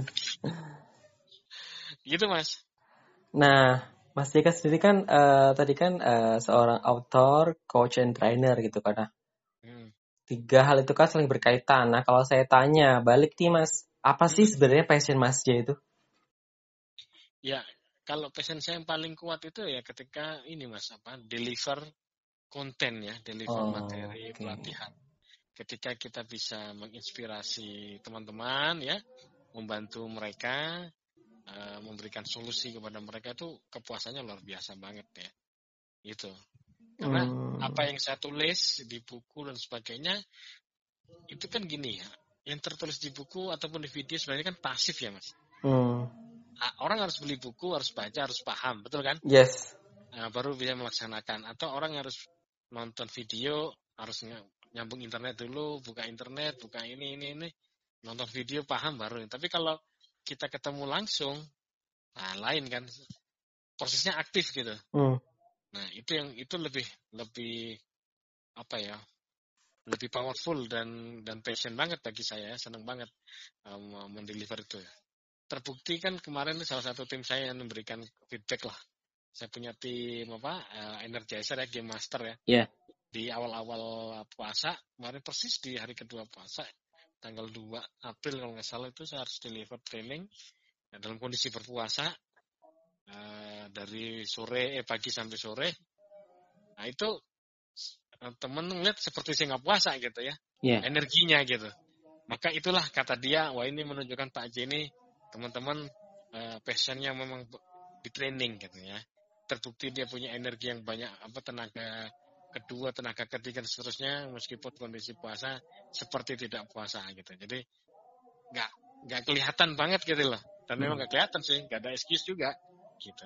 Gitu Mas. Nah, Mas Jeka sendiri kan tadi kan seorang author, coach, and trainer gitu kan. Tiga hal itu kan saling berkaitan. Nah, kalau saya tanya balik nih Mas, apa sih sebenarnya passion Mas J itu? Ya, kalau passion saya yang paling kuat itu ya ketika ini Mas, deliver konten ya, deliver materi pelatihan. Ketika kita bisa menginspirasi teman-teman ya, membantu mereka, memberikan solusi kepada mereka, itu kepuasannya luar biasa banget ya. Gitu. Karena apa yang saya tulis di buku dan sebagainya itu kan gini ya, yang tertulis di buku ataupun di video sebenarnya kan pasif ya Mas. Orang harus beli buku, harus baca, harus paham, betul kan? Yes. Baru bisa melaksanakan. Atau orang harus nonton video, harus nyambung internet dulu, buka internet, buka ini, nonton video, paham baru. Tapi kalau kita ketemu langsung, lain kan, prosesnya aktif gitu. Nah itu lebih lebih powerful dan passion banget bagi saya, senang banget mendeliver itu. Terbukti kan kemarin salah satu tim saya yang memberikan feedback lah. Saya punya tim Energizer ya, Game Master ya. Yeah. Di awal-awal puasa, kemarin persis di hari kedua puasa, tanggal 2 April kalau nggak salah itu saya harus deliver training dalam kondisi berpuasa dari pagi sampai sore. Nah itu temen ngeliat seperti saya nggak puasa gitu ya, energinya gitu. Maka itulah kata dia, wah ini menunjukkan Pak J ini teman-teman passionnya memang di training gitu ya. Terbukti dia punya energi yang banyak, tenaga kedua, tenaga ketiga dan seterusnya, meskipun kondisi puasa seperti tidak puasa gitu. Jadi nggak kelihatan banget gitu loh. Dan memang nggak kelihatan sih, nggak ada excuse juga gitu.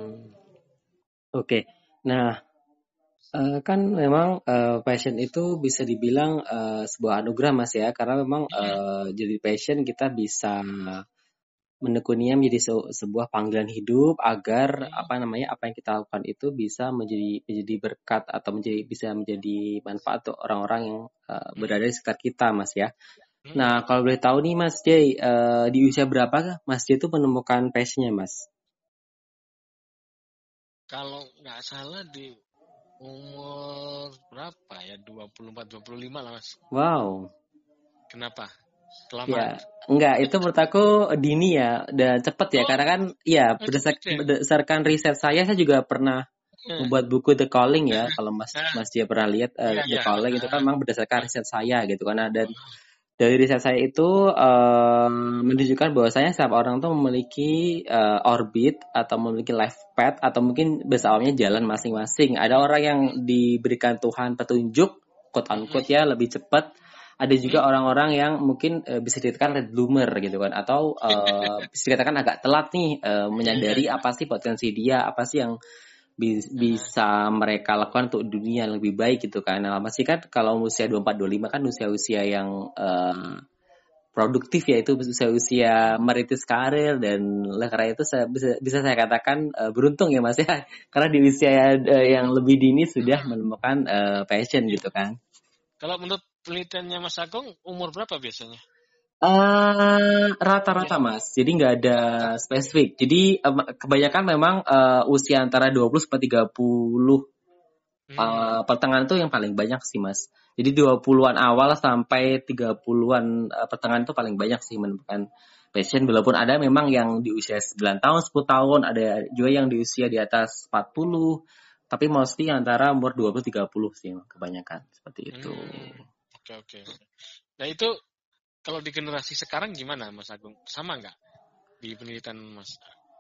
Oke. Nah, kan memang passion itu bisa dibilang sebuah anugerah Mas ya, karena memang jadi passion kita bisa menekuninya menjadi sebuah panggilan hidup agar apa yang kita lakukan itu bisa menjadi berkat atau bisa menjadi manfaat untuk orang-orang yang berada di sekitar kita Mas ya. Nah, kalau boleh tahu nih Mas J, di usia berapa Mas J itu menemukan passionnya Mas? Kalau nggak salah di umur berapa ya, 24-25 lah Mas. Wow. Kenapa? Kelamaan? Ya, enggak, itu menurut aku dini ya, dan cepet ya, karena kan ya berdasarkan riset saya juga pernah membuat buku The Calling ya, kalau Mas dia pernah lihat The Calling itu kan memang berdasarkan riset saya gitu kan, dan dari riset saya itu menunjukkan bahwasanya setiap orang tuh memiliki orbit atau memiliki life path atau mungkin bahasa awamnya jalan masing-masing. Ada orang yang diberikan Tuhan petunjuk, quote unquote ya, lebih cepat. Ada juga orang-orang yang mungkin bisa dikatakan red bloomer gitu kan, atau bisa dikatakan agak telat nih menyadari apa sih potensi dia, apa sih yang bisa mereka lakukan untuk dunia yang lebih baik gitu kan. Nah, masih kan kalau usia 24-25 kan usia-usia yang produktif ya, itu usia merintis karir, dan karena itu bisa saya katakan beruntung ya Mas ya, karena di usia yang lebih dini sudah menemukan passion gitu kan. Kalau menurut penelitiannya Mas Agung, umur berapa biasanya? Rata-rata Mas, jadi nggak ada spesifik. Jadi kebanyakan memang usia antara 20 sampai 30 pertengahan itu yang paling banyak sih Mas. Jadi 20-an awal sampai 30-an pertengahan itu paling banyak sih menemukan passion. Walaupun ada memang yang di usia 9 tahun, 10 tahun, ada juga yang di usia di atas 40. Tapi mostly antara umur 20-30 sih kebanyakan, seperti itu. Oke. Nah itu kalau di generasi sekarang gimana Mas Agung? Sama nggak di penelitian Mas?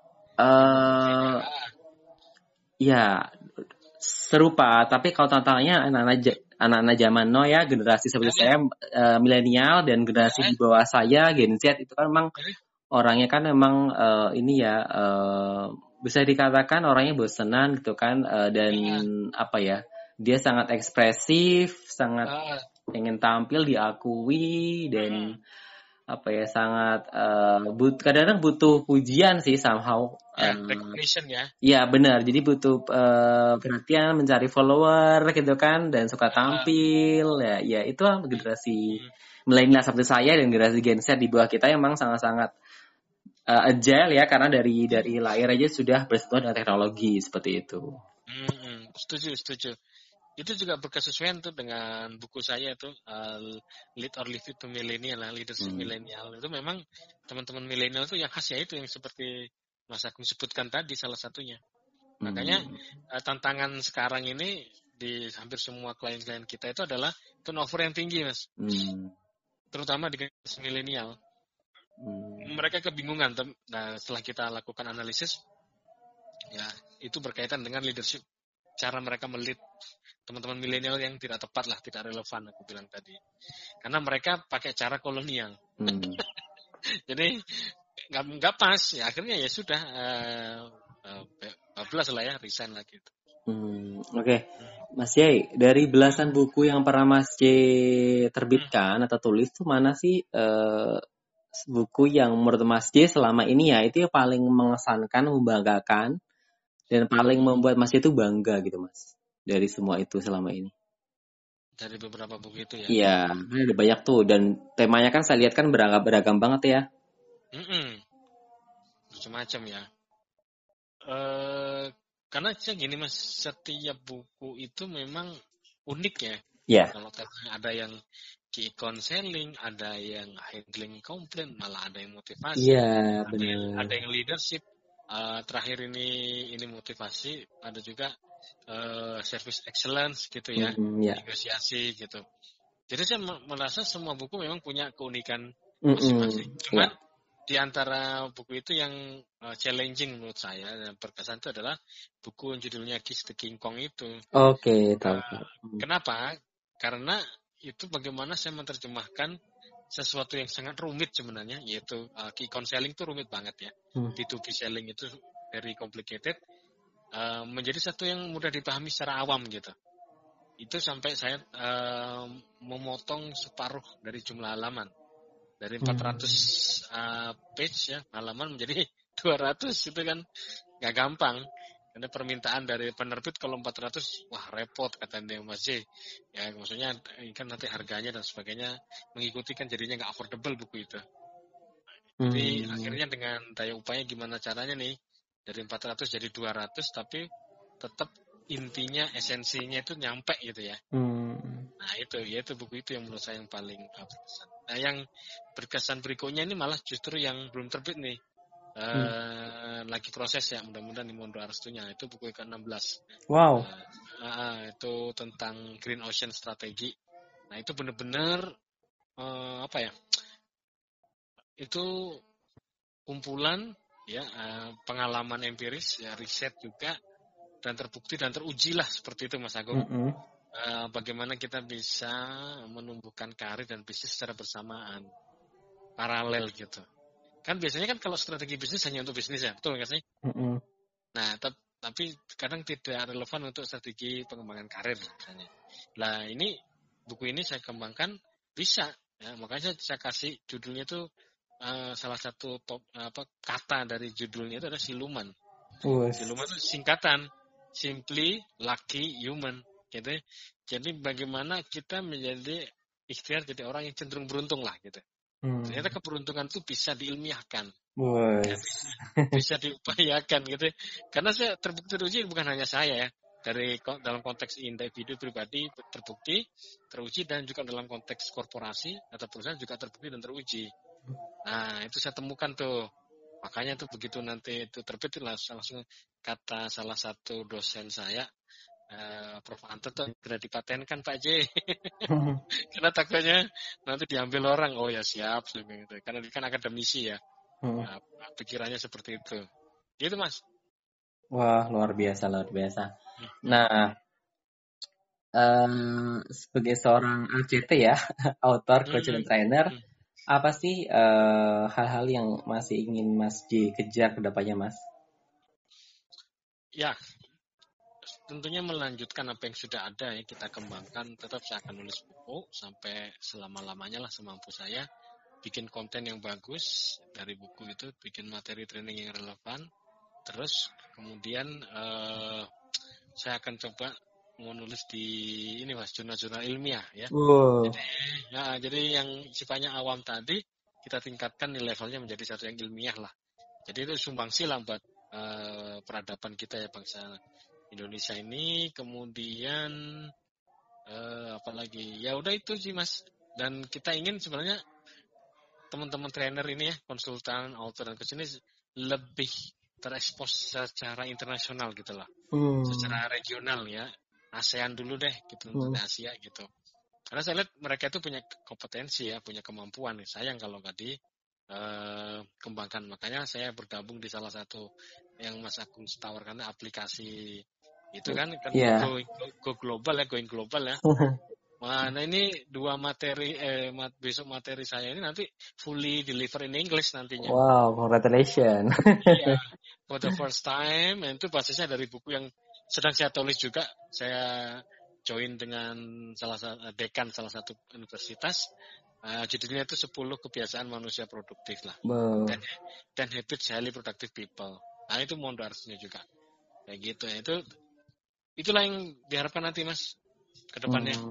Ya serupa, tapi kalau tantangannya anak-anak zaman now ya, generasi seperti saya milenial, dan generasi di bawah saya Gen Z itu kan memang orangnya kan memang ini ya bisa dikatakan orangnya bosenan gitu kan, dan apa ya, dia sangat ekspresif, sangat ingin tampil, diakui, dan apa ya, sangat kadang-kadang butuh pujian sih somehow. Recognition ya. Ya benar, jadi butuh perhatian, mencari follower gitu kan, dan suka tampil. Ya itu generasi milenial seperti saya dan generasi Gen Z di bawah kita memang sangat-sangat agile ya, karena dari lahir aja sudah bersentuhan dengan teknologi seperti itu. Setuju. Itu juga berkesesuaian tuh dengan buku saya tuh Lead or Live It to Millennial, leadership milenial. Itu memang teman-teman milenial tuh yang khas ya, itu yang seperti Mas Agung sebutkan tadi salah satunya. Makanya tantangan sekarang ini di hampir semua klien-klien kita itu adalah turnover yang tinggi Mas. Terutama di generasi milenial. Mereka kebingungan. Nah, setelah kita lakukan analisis, ya itu berkaitan dengan leadership. Cara mereka melit teman-teman milenial yang tidak tepat lah, tidak relevan aku bilang tadi. Karena mereka pakai cara kolonial. Jadi nggak pas. Ya akhirnya ya sudah bablas lah ya, resign lah gitu. Oke. Mas Yai, dari belasan buku yang pernah Mas J terbitkan atau tulis tuh, mana sih buku yang menurut Mas J selama ini ya itu yang paling mengesankan, membanggakan, dan paling membuat Mas J itu bangga gitu Mas, dari semua itu selama ini? dari beberapa buku itu ya. Iya, ada banyak tuh dan temanya kan saya lihat kan beragam banget ya. Macam-macam ya. Karena gini Mas, setiap buku itu memang unik ya. Iya. Kalau ada yang key counseling, ada yang handling complaint, malah ada yang motivasi, Iya, benar. ada yang leadership. Terakhir ini motivasi, ada juga service excellence gitu ya, Ya. negosiasi gitu. Jadi saya merasa semua buku memang punya keunikan masing-masing. Ya. Cuman di antara buku itu yang challenging menurut saya dan berkesan itu adalah buku yang judulnya Kiss the King Kong itu. Oke, tahu. Kenapa? Karena itu bagaimana saya menerjemahkan sesuatu yang sangat rumit sebenarnya, yaitu key counseling itu rumit banget ya. B2B selling itu very complicated, menjadi satu yang mudah dipahami secara awam gitu. Itu sampai saya memotong separuh dari jumlah halaman. Dari 400 page ya, halaman menjadi 200, itu kan nggak gampang. Karena permintaan dari penerbit kalau 400, wah repot kata dia Mas J. Ya maksudnya kan nanti harganya dan sebagainya mengikuti kan jadinya nggak affordable buku itu. Jadi akhirnya dengan daya upaya gimana caranya nih, dari 400 jadi 200 tapi tetap intinya esensinya itu nyampe gitu ya. Nah itu buku itu yang menurut saya yang paling berkesan. Nah yang berkesan berikutnya ini malah justru yang belum terbit nih. Lagi proses ya, mudah-mudahan dimohon restunya. Itu buku ke-16. Wow. Itu tentang Green Ocean Strategi. Nah itu benar-benar apa ya? Itu kumpulan ya pengalaman empiris ya, riset juga, dan terbukti dan teruji lah seperti itu Mas Agung. Bagaimana kita bisa menumbuhkan karir dan bisnis secara bersamaan, paralel gitu. Kan biasanya kan kalau strategi bisnis hanya untuk bisnis ya, betul nggak sih? Nah, tapi kadang tidak relevan untuk strategi pengembangan karir misalnya. Nah, buku ini saya kembangkan bisa, ya, makanya saya kasih judulnya itu salah satu kata dari judulnya itu adalah siluman. Siluman itu singkatan, simply lucky human, gitu. Jadi bagaimana kita menjadi ikhtiar jadi orang yang cenderung beruntung lah, gitu. Ternyata keberuntungan itu bisa diilmiahkan, ya, bisa diupayakan gitu. Karena saya terbukti bukan hanya saya ya, dalam konteks individu pribadi terbukti, teruji, dan juga dalam konteks korporasi atau perusahaan juga terbukti dan teruji. Nah itu saya temukan tuh, makanya tuh begitu nanti itu terbit langsung kata salah satu dosen saya, Prof. Anto tuh sudah dipatenkan Pak J. Karena takutnya nanti diambil orang. Oh ya siap, gitu. Karena dia kan akademisi ya. Nah, pikirannya seperti itu. Gitu Mas. Wah, luar biasa. Nah, sebagai seorang ACT ya, author, coach, dan trainer, apa sih hal-hal yang masih ingin Mas J kejar ke depannya Mas? Ya, tentunya melanjutkan apa yang sudah ada ya, kita kembangkan. Tetap saya akan nulis buku sampai selama-lamanya lah semampu saya. Bikin konten yang bagus dari buku itu, bikin materi training yang relevan. Terus kemudian saya akan coba mau nulis di ini Mas, jurnal-jurnal ilmiah ya. Jadi yang sifatnya awam tadi kita tingkatkan nih levelnya menjadi satu yang ilmiah lah. Jadi itu sumbangsi lah buat peradaban kita ya bangsa Indonesia ini. Kemudian apalagi ya udah itu sih Mas. Dan kita ingin sebenarnya teman-teman trainer ini ya, konsultan, author, dan coach ini lebih terekspos secara internasional gitu lah, secara regional ya, ASEAN dulu deh gitu, untuk Asia gitu. Karena saya lihat mereka itu punya kompetensi ya, punya kemampuan. Sayang kalau nggak dikembangkan. Makanya saya bergabung di salah satu yang Mas Agung tawarkan, aplikasi itu kan go global ya, going global ya. Nah ini dua materi besok materi saya ini nanti fully deliver in English nantinya. Wow, congratulations. Iya, for the first time. Dan itu basisnya dari buku yang sedang saya tulis juga. Saya join dengan salah satu universitas. Judulnya itu 10 kebiasaan manusia produktif lah. Dan habits highly productive people. Nah itu mohon doanya juga. Kayak gitu ya. Itulah yang diharapkan nanti Mas ke depannya.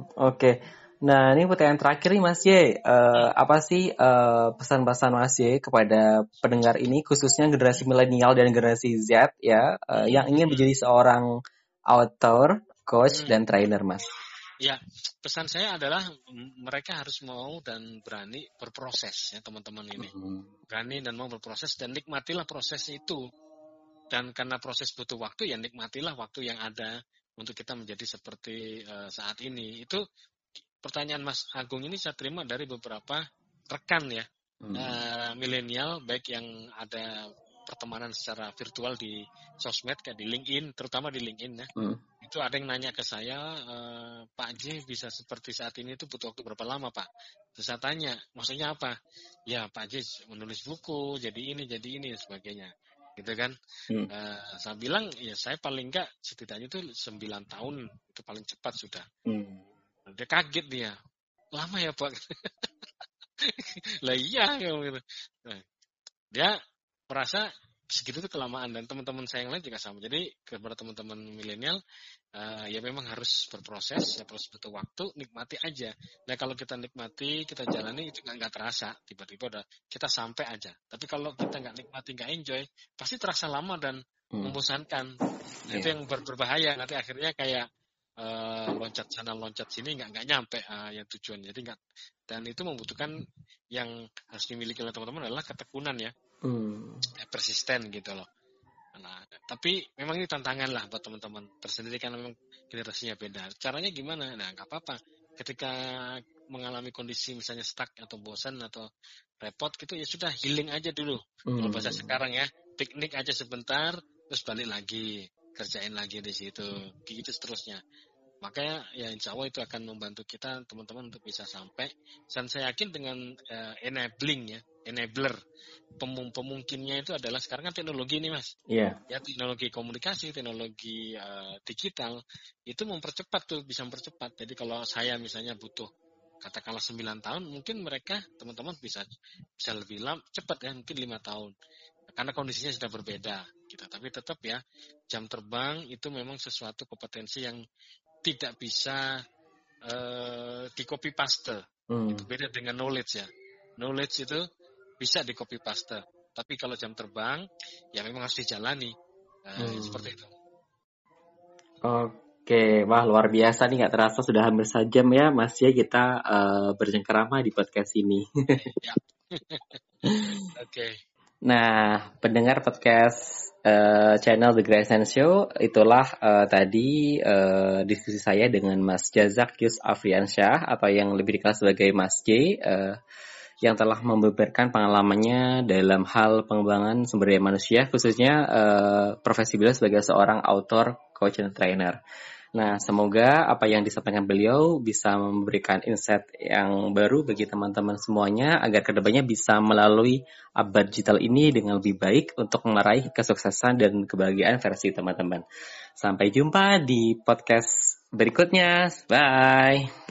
Oke. Nah, ini pertanyaan terakhir nih Mas Y. Apa sih pesan-pesan Mas Y kepada pendengar ini, khususnya generasi milenial dan generasi Z ya, yang ingin menjadi seorang author, coach, dan trainer, Mas? Ya, pesan saya adalah mereka harus mau dan berani berproses ya teman-teman ini. Berani dan mau berproses dan nikmatilah proses itu. Dan karena proses butuh waktu, ya nikmatilah waktu yang ada untuk kita menjadi seperti saat ini. Itu pertanyaan Mas Agung ini saya terima dari beberapa rekan ya, milenial, baik yang ada pertemanan secara virtual di sosmed, kayak di LinkedIn, terutama di LinkedIn ya. Itu ada yang nanya ke saya, Pak J bisa seperti saat ini itu butuh waktu berapa lama Pak? Terus saya tanya, maksudnya apa? Ya Pak J menulis buku, jadi ini, dan sebagainya. Gitu kan. Saya bilang, ya saya paling enggak setidaknya itu 9 tahun, itu paling cepat sudah. Dia kaget dia, lama ya Pak? Lah iya, gitu. Nah, dia merasa segitu tuh kelamaan, dan teman-teman saya yang lain juga sama. Jadi kepada teman-teman milenial, ya memang harus berproses, ya terus butuh waktu, nikmati aja. Nah kalau kita nikmati, kita jalani itu nggak terasa, tiba-tiba udah kita sampai aja. Tapi kalau kita nggak nikmati, nggak enjoy, pasti terasa lama dan membosankan. Nah, itu yang berbahaya. Nanti akhirnya kayak loncat sana loncat sini nggak nyampe yang tujuan. Jadi nggak, dan itu membutuhkan yang harus dimiliki oleh teman-teman adalah ketekunan ya. Persisten gitu loh. Nah, tapi memang ini tantangan lah buat teman-teman tersendiri karena memang generasinya beda. Caranya gimana? Nah, nggak apa-apa. Ketika mengalami kondisi misalnya stuck atau bosan atau repot gitu, ya sudah healing aja dulu. Kalau bahasa sekarang ya, piknik aja sebentar, terus balik lagi, kerjain lagi di situ, gitu seterusnya. Makanya ya insya Allah itu akan membantu kita teman-teman untuk bisa sampai. Dan saya yakin dengan enabling ya, enabler, pemungkinnya itu adalah sekarang kan teknologi ini Mas. Iya. Ya teknologi komunikasi, teknologi digital itu mempercepat tuh, bisa mempercepat. Jadi kalau saya misalnya butuh katakanlah 9 tahun, mungkin mereka teman-teman bisa lebih cepat ya, mungkin 5 tahun. Karena kondisinya sudah berbeda gitu. Tapi tetap ya, jam terbang itu memang sesuatu kompetensi yang tidak bisa di copy paste. Itu beda dengan knowledge ya. Knowledge itu bisa di copy paste. Tapi kalau jam terbang, ya memang harus dijalani. Seperti itu. Oke, wah luar biasa nih, nggak terasa sudah hampir sejam ya Mas ya kita bercengkerama di podcast ini. Ya. Oke. Nah, pendengar podcast channel The Grayson Show, itulah tadi diskusi saya dengan Mas Jazak Yus Afriansyah atau yang lebih dikenal sebagai Mas J, yang telah membeberkan pengalamannya dalam hal pengembangan sumber daya manusia, khususnya profesi beliau sebagai seorang author, coach, dan trainer. Nah, semoga apa yang disampaikan beliau bisa memberikan insight yang baru bagi teman-teman semuanya agar kedepannya bisa melalui abad digital ini dengan lebih baik untuk meraih kesuksesan dan kebahagiaan versi teman-teman. Sampai jumpa di podcast berikutnya. Bye!